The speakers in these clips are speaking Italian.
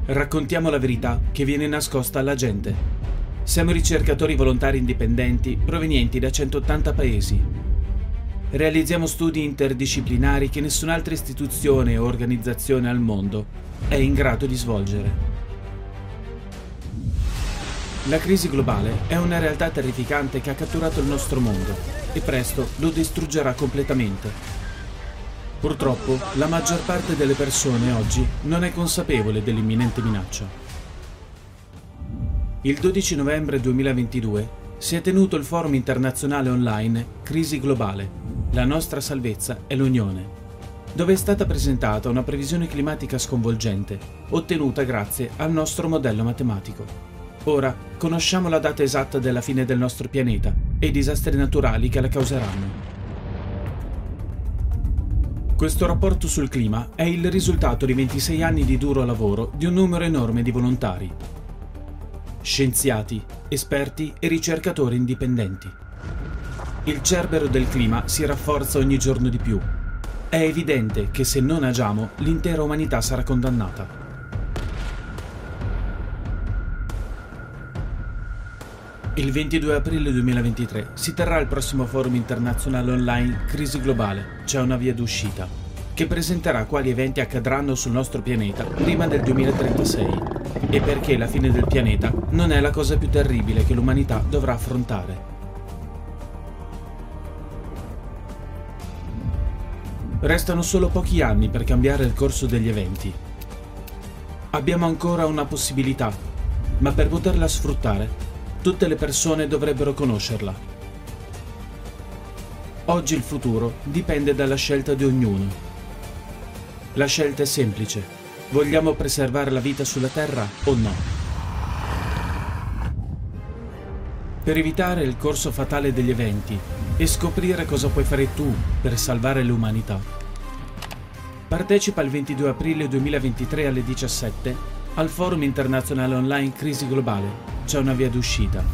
Raccontiamo la verità che viene nascosta alla gente. Siamo ricercatori volontari indipendenti provenienti da 180 paesi. Realizziamo studi interdisciplinari che nessun'altra istituzione o organizzazione al mondo è in grado di svolgere. La crisi globale è una realtà terrificante che ha catturato il nostro mondo e presto lo distruggerà completamente. Purtroppo, la maggior parte delle persone oggi non è consapevole dell'imminente minaccia. Il 12 novembre 2022 si è tenuto il forum internazionale online Crisi Globale, la nostra salvezza è l'Unione, dove è stata presentata una previsione climatica sconvolgente, ottenuta grazie al nostro modello matematico. Ora conosciamo la data esatta della fine del nostro pianeta e i disastri naturali che la causeranno. Questo rapporto sul clima è il risultato di 26 anni di duro lavoro di un numero enorme di volontari, scienziati, esperti e ricercatori indipendenti. Il cerbero del clima si rafforza ogni giorno di più. È evidente che se non agiamo, l'intera umanità sarà condannata. Il 22 aprile 2023 si terrà il prossimo forum internazionale online Crisi Globale, c'è una via d'uscita, che presenterà quali eventi accadranno sul nostro pianeta prima del 2036 e perché la fine del pianeta non è la cosa più terribile che l'umanità dovrà affrontare. Restano solo pochi anni per cambiare il corso degli eventi. Abbiamo ancora una possibilità, ma per poterla sfruttare tutte le persone dovrebbero conoscerla. Oggi il futuro dipende dalla scelta di ognuno. La scelta è semplice. Vogliamo preservare la vita sulla Terra o no? Per evitare il corso fatale degli eventi e scoprire cosa puoi fare tu per salvare l'umanità, partecipa il 22 aprile 2023 alle 17 al forum internazionale online Crisi Globale. C'è una via d'uscita.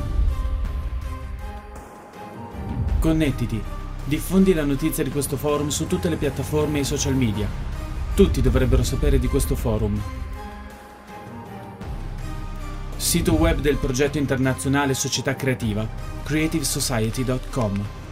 Connettiti, diffondi la notizia di questo forum su tutte le piattaforme e i social media. Tutti dovrebbero sapere di questo forum. Sito web del progetto internazionale Società Creativa, creativesociety.com.